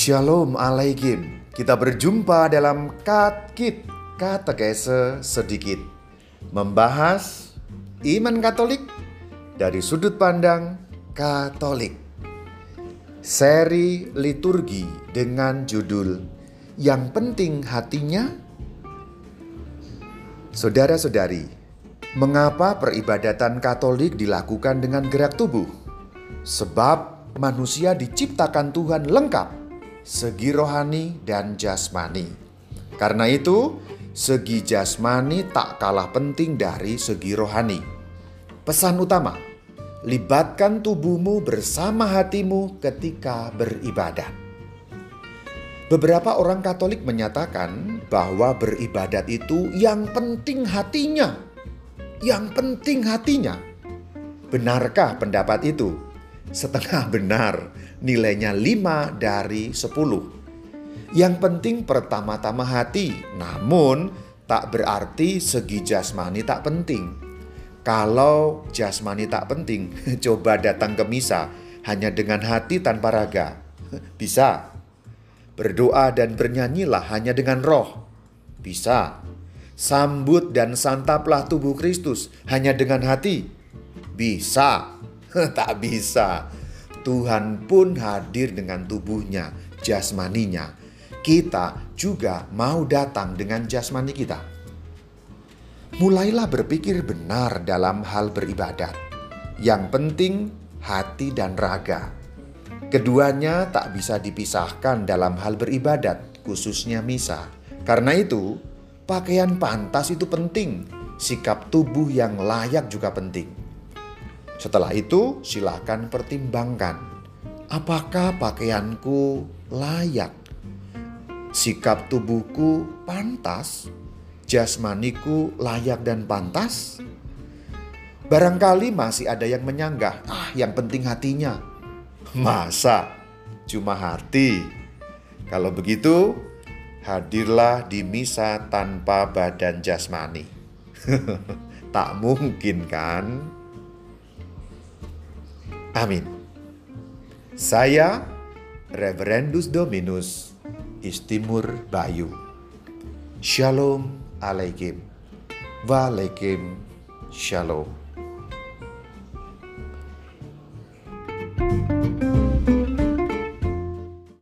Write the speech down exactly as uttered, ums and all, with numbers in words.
Shalom Alaikum. Kita berjumpa dalam Katkit Katekese sedikit, membahas iman Katolik dari sudut pandang Katolik. Seri liturgi dengan judul Yang Penting Hatinya. Saudara-saudari, mengapa peribadatan Katolik dilakukan dengan gerak tubuh? Sebab manusia diciptakan Tuhan lengkap, segi rohani dan jasmani. Karena itu, segi jasmani tak kalah penting dari segi rohani. Pesan utama, libatkan tubuhmu bersama hatimu ketika beribadat. Beberapa orang Katolik menyatakan bahwa beribadat itu yang penting hatinya. Yang penting hatinya. Benarkah pendapat itu? Setengah benar, nilainya lima dari sepuluh. Yang penting pertama-tama hati, namun tak berarti segi jasmani tak penting. Kalau jasmani tak penting, coba datang ke misa hanya dengan hati tanpa raga. Bisa. Berdoa dan bernyanyilah hanya dengan roh. Bisa. Sambut dan santaplah tubuh Kristus hanya dengan hati. Bisa. Tak bisa. Tuhan pun hadir dengan tubuhnya, jasmaninya. Kita juga mau datang dengan jasmani kita. Mulailah berpikir benar dalam hal beribadat. Yang penting hati dan raga. Keduanya tak bisa dipisahkan dalam hal beribadat, khususnya misa. Karena itu, pakaian pantas itu penting. Sikap tubuh yang layak juga penting. Setelah itu, silakan pertimbangkan. Apakah pakaianku layak? Sikap tubuhku pantas? Jasmaniku layak dan pantas? Barangkali masih ada yang menyanggah, ah yang penting hatinya. Masa? Cuma hati? Kalau begitu, hadirlah di misa tanpa badan jasmani. Tak mungkin kan? Amin. Saya Reverendus Dominus Istimur Bayu. Shalom Alaikum. Walaikum Shalom.